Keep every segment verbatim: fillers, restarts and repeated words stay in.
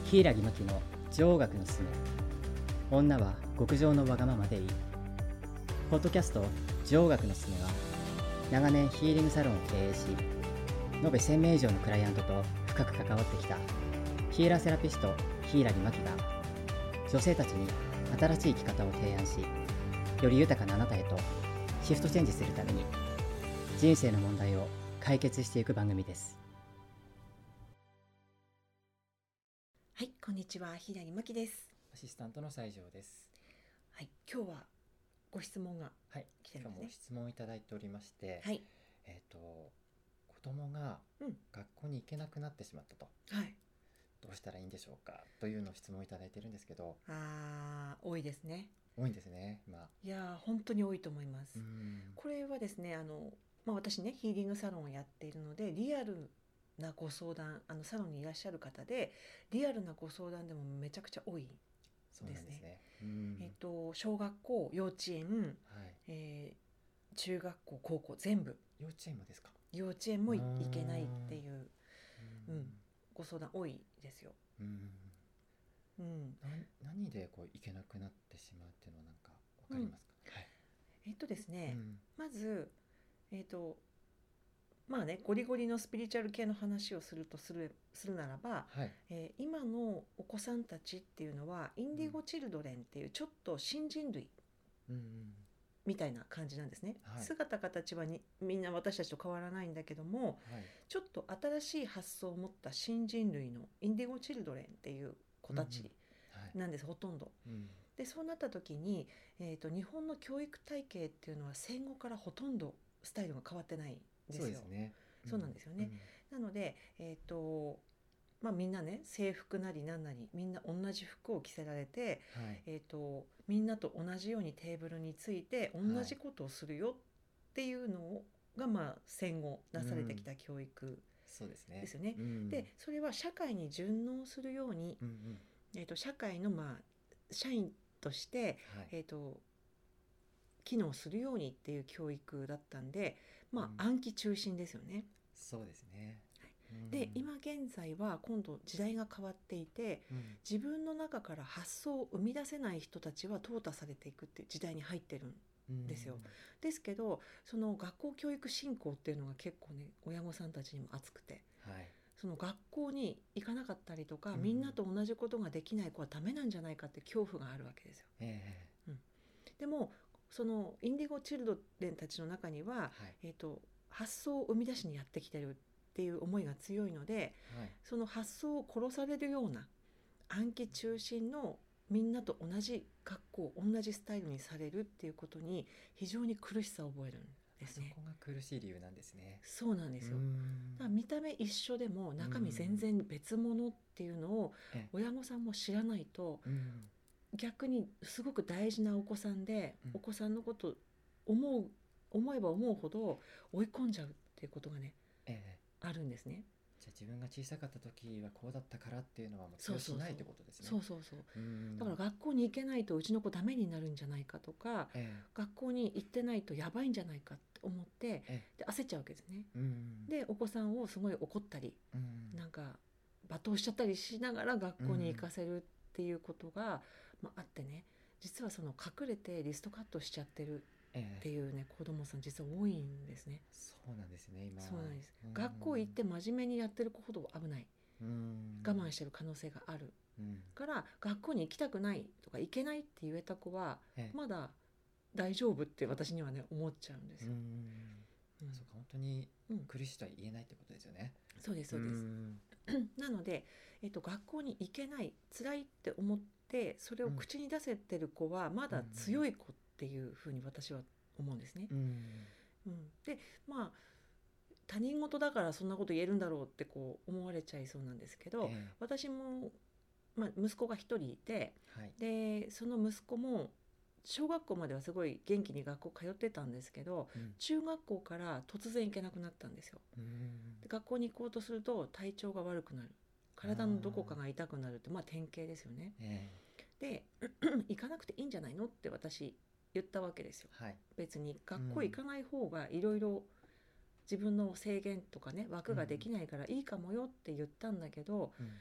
柊真希の女王学のすすめ。女は極上のわがままでいい。ポッドキャスト女王学のすすめは、長年ヒーリングサロンを経営し、延べせんめい以上のクライアントと深く関わってきたヒーラーセラピスト柊真希が、女性たちに新しい生き方を提案し、より豊かなあなたへとシフトチェンジするために、人生の問題を解決していく番組です。 はい、こんにちは、柊真希です。 アシスタントの西条です。 はい、今日はご質問がはい、 来てるんですね。 今日も質問をいただいておりまして、 はい、 えっ、と子供がうん学校に行けなくなってしまったと、 はい、 どうしたらいいんでしょうかというのを質問をいただいているんですけど、 あー多いですね。 多いんですね今。 いやー本当に多いと思います。 うんこれはですね、あの、まあ、私ねヒーリングサロンをやっているので、リアルなご相談、あのサロンにいらっしゃる方でリアルなご相談でもめちゃくちゃ多い。 そうなんですね。うんえっと小学校、幼稚園、 はい、 えー中学校、高校全部。 幼稚園もですか？ 幼稚園もい行けないっていう、 ううんん、ご相談多いですよ。 うんうん、 な何でこう行けなくなってしまうっていうのはなんかわかりますか？はい。 えっとですね、 うんまず、えっと、まあね、ゴリゴリのスピリチュアル系の話をするとする、するならば、 はいえー今のお子さんたちっていうのは、インディゴ・チルドレンっていうちょっと新人類うんうんみたいな感じなんですね。 はい姿形はにみんな私たちと変わらないんだけども、 はいちょっと新しい発想を持った新人類のインディゴ・チルドレンっていう子たちはいなんです、ほとんど。 うんでそうなった時に、えーと、日本の教育体系っていうのは戦後からほとんどスタイルが変わってないんですよ。 そうですね。 そうなんですよね。なので、えーとまあ、みんなね制服なりなんなりみんな同じ服を着せられて、 うんはいえーとみんなと同じようにテーブルについて同じことをするよっていうのが、まあ、戦後なされてきた教育そうですね。 ですよね。 うんでそれは社会に順応するように、 うんうんえーと社会の、まあ、社員としてはいえーと機能するようにっていう教育だったんで、まあ、 うん暗記中心ですよね。 そうですね。うんで今現在は今度時代が変わっていて、 うん自分の中から発想を生み出せない人たちは淘汰されていくっていう時代に入ってるんうんですよ。ですけどその学校教育振興っていうのが結構ね親御さんたちにも熱くて、 はいその学校に行かなかったりとか、 うんみんなと同じことができない子はダメなんじゃないかって恐怖があるわけですよ。 えでもそのインディゴ・チルドレンたちの中には、 えはいえーと発想を生み出しにやってきてるっていう思いが強いので、 はいその発想を殺されるような暗記中心のみんなと同じ学校同じスタイルにされるっていうことに非常に苦しさを覚えるんですね。 そこが苦しい理由なんですね。 そうなんですよ。 うんだから見た目一緒でも中身全然別物っていうのをええ親御さんも知らないと、 うん逆にすごく大事なお子さんで、 うんお子さんのこと思う思えば思うほど追い込んじゃうっていうことがねええあるんですね。 じゃあ自分が小さかった時はこうだったからっていうのはもうそうそうそう通用しないってことですね。 そうそうそう。 うんだから学校に行けないとうちの子ダメになるんじゃないかとか、 え学校に行ってないとやばいんじゃないかって思ってええで焦っちゃうわけですね。 えうんでお子さんをすごい怒ったりうんなんか罵倒しちゃったりしながら学校に行かせるっていうことが、まあ、あってね、実はその隠れてリストカットしちゃってるええっていうね子供さん実は多いんですね。 そうなんですね今は。 そうなんです。 うん学校行って真面目にやってる子ほど危ない。 うん我慢してる可能性があるうんから学校に行きたくないとか行けないって言えた子はええまだ大丈夫って私にはね思っちゃうんですよ。 うんうんそうか本当にうん苦しいとは言えないってことですよね。 そうですそうです。 んなので、えっと、学校に行けない辛いって思ってそれを口に出せてる子はまだ強い子っていうふうに私は思うんですね。 うんうん、でまあ他人事だからそんなこと言えるんだろうってこう思われちゃいそうなんですけど、 ええ私も、まあ、息子が一人いてはいでその息子も小学校まではすごい元気に学校通ってたんですけどうん中学校から突然行けなくなったんですよ。 うんで学校に行こうとすると体調が悪くなる、体のどこかが痛くなるってまあ典型ですよね。 えで行かなくていいんじゃないのって私言ったわけですよ。 えはい別に学校行かない方がいろいろ自分の制限とかね枠ができないからいいかもよって言ったんだけど、 うん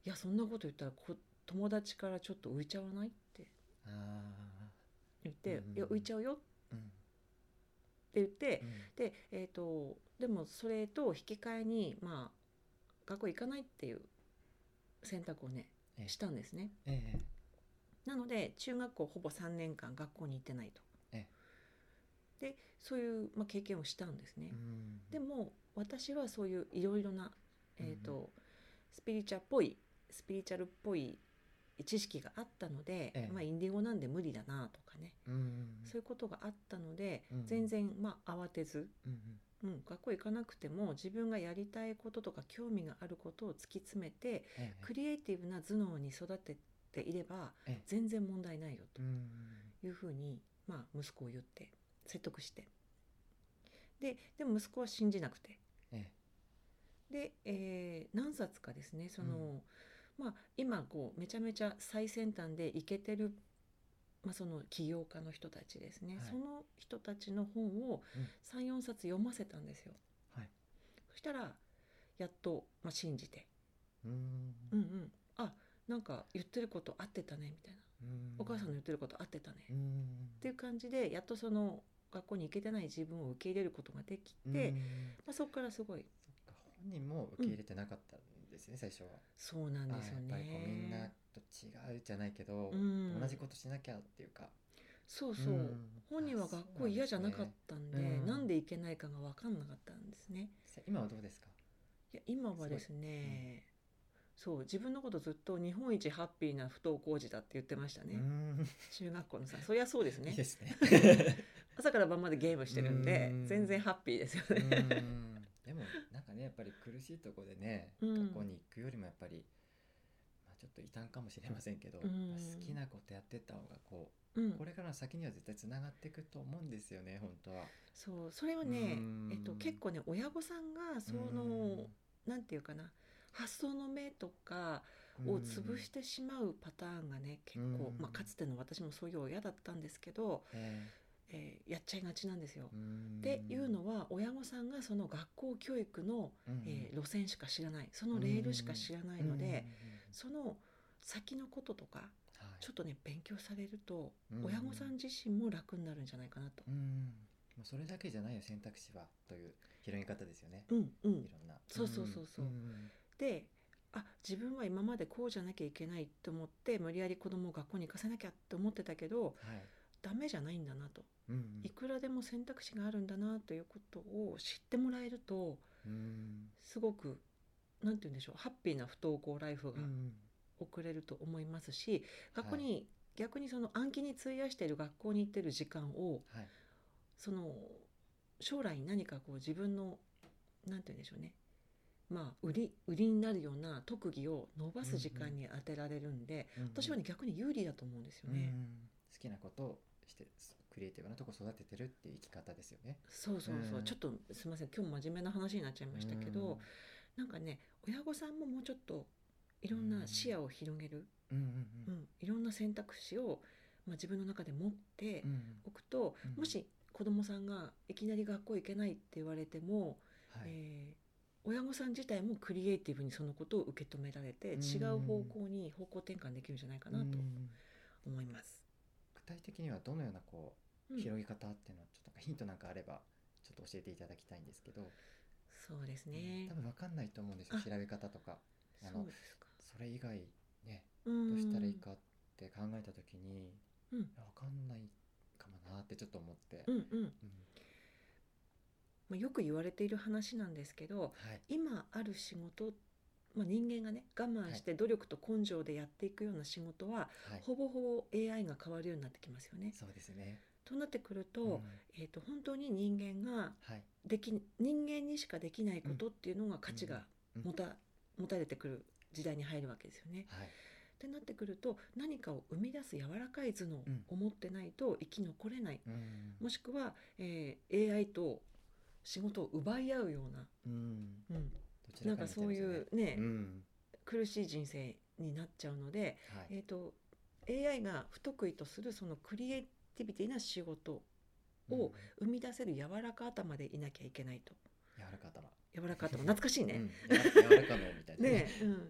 いやそんなこと言ったらこ友達からちょっと浮いちゃわないってあ言って、 うんいや浮いちゃうよってーうん言って、 うんで、えー、とでもそれと引き換えに、まあ、学校行かないっていう選択をねええしたんですね。 えなので中学校ほぼさんねんかん学校に行ってないと。 えでそういう、まあ、経験をしたんですね。 えうんでも私はそういういろいろな、えーとうんスピリチュアっぽいスピリチュアルっぽい知識があったので、 ええまあ、インディゴなんで無理だなとかね、 うんそういうことがあったので、 うん全然、まあ、慌てず、 うんうん、学校行かなくても自分がやりたいこととか興味があることを突き詰めてええクリエイティブな頭脳に育てていればええ全然問題ないようんというふうに、まあ、息子を言って説得して、ででも息子は信じなくて、 えで、えー何冊かですねその、まあ、今こうめちゃめちゃ最先端でイケてる、まあ、その起業家の人たちですね、 はいその人たちの本をうんさん、よんさつ読ませたんですよ。 はいそしたらやっと、まあ、信じて、 うんうんうんあなんか言ってること合ってたねみたいな、 うんお母さんの言ってること合ってたね、 うっんていう感じでやっとその学校に行けてない自分を受け入れることができて、 うんまあ、そこからすごいそっか本人も受け入れてなかったんですね、最初は。 そうなんですよね。 あやっぱりこうみんなと違うじゃないけど、 うん同じことしなきゃっていうか。 そうそう、 うん本人は学校嫌じゃなかったんで、 あそうなんですねうんなんで行けないかが分かんなかったんですね。 今はどうですか？ いや今はですね、そう自分のことずっと日本一ハッピーな不登校児だって言ってましたね、 うん中学校のさそりゃそうですね。 いいですね。 朝から晩までゲームしてるんでうん全然ハッピーですようね。 んでもなんかねやっぱり苦しいところでね、 うん学校に行くよりもやっぱり、まあ、ちょっと異端かもしれませんけど、 うんまあ好きなことやってった方がこうんうこれからの先には絶対つながっていくと思うんですよね本当は。 そうそれはねうん、 えっと、結構ね親御さんがそのなんていうかな発想の目とかを潰してしまうパターンがね結構、 うんまあ、かつての私もそういう親だったんですけど、 ええーやっちゃいがちなんですよ。 ーうんっていうのは親御さんがその学校教育の、 うんえー路線しか知らないそのレールしか知らないので、 うんうんうんその先のこととかはいちょっとね勉強されると、 うん親御さん自身も楽になるんじゃないかなと。 うんもうそれだけじゃないよ選択肢はという広げ方ですよね。 うんうんいろんなそうそうそうそうんであ自分は今までこうじゃなきゃいけないと思って無理やり子供を学校に行かせなきゃって思ってたけどはいダメじゃないんだなと、 うんうんいくらでも選択肢があるんだなということを知ってもらえるとうんすごくなんて言うんでしょうハッピーな不登校ライフがうん送れると思いますし、学校に、逆にその暗記に費やしている学校に行っている時間をはいその将来に何かこう自分のなんて言うんでしょうねまあ売り売りになるような特技を伸ばす時間に当てられるんで、 うんうん私はね逆に有利だと思うんですよね。 うん好きなことをしてクリエイティブなとこ育ててるっていう生き方ですよね。 そうそうそう、 うんちょっとすいません今日真面目な話になっちゃいましたけど、なんかね親御さんももうちょっといろんな視野を広げる、 うんうんううんんいろんな選択肢を、まあ、自分の中で持ってうんおくと、 うんもし子供さんがいきなり学校行けないって言われても、 はいえー親御さん自体もクリエイティブにそのことを受け止められて、 うん違う方向に方向転換できるんじゃないかなとうん思います。 具体的にはどのようなこううん広げ方っていうのはちょっとなんかヒントなんかあればちょっと教えていただきたいんですけど、 そうですね多。分わかんないと思うんですよあ調べ方とかあのそうですか。 それ以外ねうんどうしたらいいかって考えた時にうんいやわかんないかもなってちょっと思って、 うんうん。 うんまあ、よく言われている話なんですけど、 はい今ある仕事、まあ、人間がね我慢して努力と根性でやっていくような仕事は、 はいほぼほぼ エーアイ が変わるようになってきますよね。 そうですね。 となってくると、 うんえー、と本当に人間がはいでき人間にしかできないことっていうのが価値がうん持た,、持たれてくる時代に入るわけですよね。 はいってなってくると何かを生み出す柔らかい頭脳うんを持ってないと生き残れない、 うんもしくは、えー エーアイ と仕事を奪い合うような、 うんうん、 どちなんからかになっちゃそういうね、 うん苦しい人生になっちゃうので、 はいえー、と エーアイ が不得意とするそのクリエイティビティな仕事うんを生み出せる柔らか頭でいなきゃいけないと。 柔らか頭柔らか頭懐かしいね。 うん、柔ら柔らかのみたいなねえ、うん、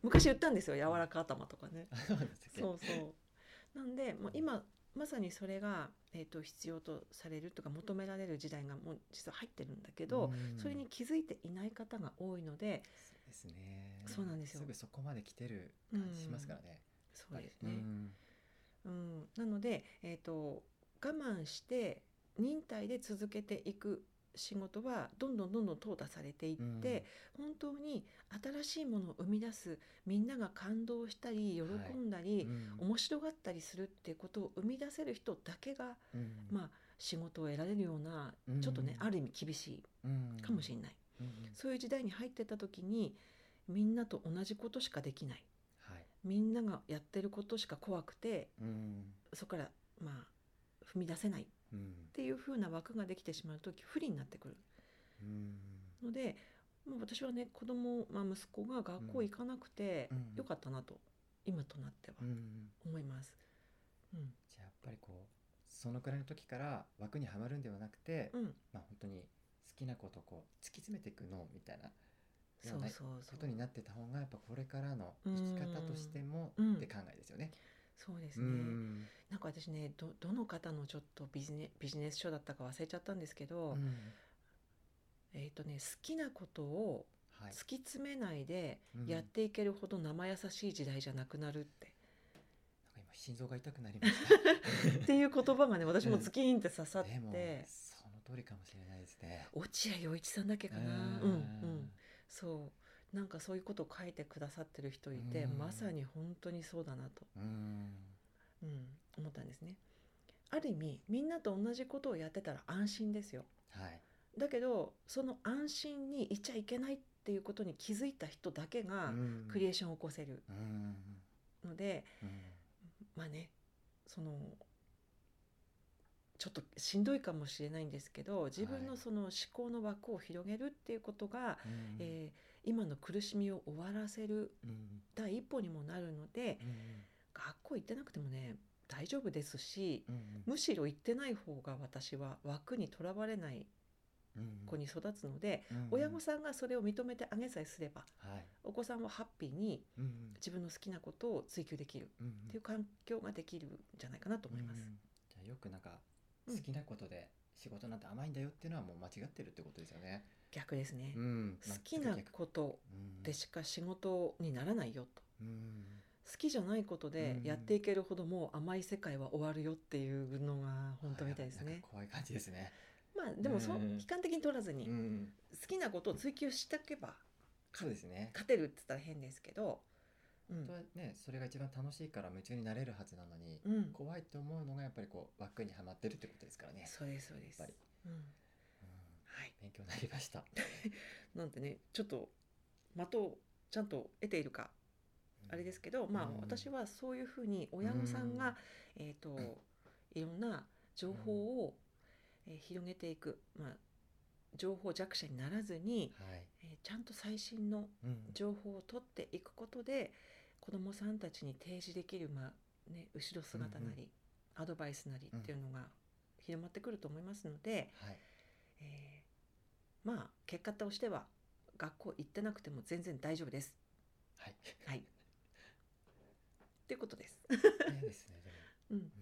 昔言ったんですよ、柔らか頭とかね。 あ、そうなんですね。 そうそうなんでもう今まさにそれが、えー、と必要とされるとか求められる時代がもう実は入ってるんだけど、 うんそれに気づいていない方が多いので、 そうですね。 そうなんですよすぐそこまで来てる感じしますからね。 そうですね、 うんうん、なので、えー、と我慢して忍耐で続けていく仕事はどんどんどんどん淘汰されていって、本当に新しいものを生み出す、みんなが感動したり喜んだり、 うん面白がったりするっていうことを生み出せる人だけが、 うんまあ、仕事を得られるような、 うんちょっとねある意味厳しいうんかもしれない、 うんうんそういう時代に入ってた時にみんなと同じことしかできない、 はいみんながやってることしか怖くて、 うんそこからまあ踏み出せないっうんていう風な枠ができてしまうと不利になってくるうんので、もう私はね子供、まあ、息子が学校行かなくてうんよかったなと、今となってはうん思います。うんじゃあやっぱりこうそのくらいの時から枠にはまるんではなくて、 うん、 まあ本当に好きなことをこう突き詰めていくのみたいなそうそうそうことになってた方がやっぱこれからの生き方としてもうんって考えですよね。うそうですね、 んなんか私ね ど, どの方のちょっとビジネビジネス書だったか忘れちゃったんですけど、 うんえーとね、好きなことをはい突き詰めないでうんやっていけるほど生優しい時代じゃなくなるって、 なんか今心臓が痛くなりましたっていう言葉がね私もズキーンって刺さって、 でもその通りかもしれないですね。 落合陽一さんだっけかな、 うんうんうんそうなんかそういうことを書いてくださってる人いて、 うんまさに本当にそうだなと、 うんうん、思ったんですね。ある意味みんなと同じことをやってたら安心ですよ。 はいだけどその安心にいちゃいけないっていうことに気づいた人だけがうんクリエーションを起こせるうんので、 うんまあねそのちょっとしんどいかもしれないんですけど、自分のその思考の枠を広げるっていうことが、 うんえー今の苦しみを終わらせるうん第一歩にもなるので、 うん学校行ってなくてもね大丈夫ですし、 うんむしろ行ってない方が私は枠にとらわれないうん子に育つので、 うん親御さんがそれを認めてあげさえすればはいお子さんはハッピーにうん自分の好きなことを追求できるうんっていう環境ができるんじゃないかなと思います。 うんじゃあよくなんかうん好きなことで仕事なんて甘いんだよっていうのはもう間違ってるってことですよね。 逆ですね、 うん好きなことでしか仕事にならないよと、 うん好きじゃないことでやっていけるほどもう甘い世界は終わるよっていうのが本当みたいですね。 なんか怖い感じですね。 まあでもそううん悲観的に取らずにうん好きなことを追求しておけばそうですね。 勝てるって言ったら変ですけど、うん本当はねそれが一番楽しいから夢中になれるはずなのに、 うん、 怖いって思うのがやっぱりこう枠にはまってるってことですからね。 そうですそうです。 やっぱりうんうんはい、 勉強になりました。 なんてねちょっと的をちゃんと得ているかあれですけど、まあうん私はそういうふうに親御さんが、えー、といろんな情報を、えー広げていく、まあ、情報弱者にならずに、 はい。 えーちゃんと最新のうん情報を取っていくことで子どもさんたちに提示できる、まあね、後ろ姿なり、アドバイスなりっていうのが広まってくると思いますので、 はい。 えーまあ結果としては学校行ってなくても全然大丈夫です。 はい。 はい。っていうことです。 いいですね。でもうん。 うん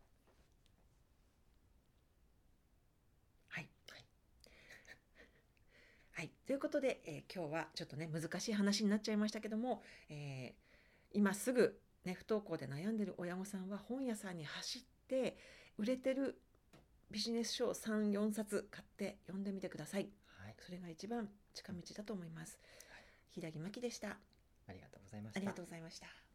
はい。はい。ということで、えー今日はちょっとね難しい話になっちゃいましたけども、えー今すぐね不登校で悩んでる親御さんは本屋さんに走って売れてるビジネス書をさん、よんさつ買って読んでみてください。 はい。 それが一番近道だと思います。平木真希でした。 ありがとうございました。 ありがとうございました。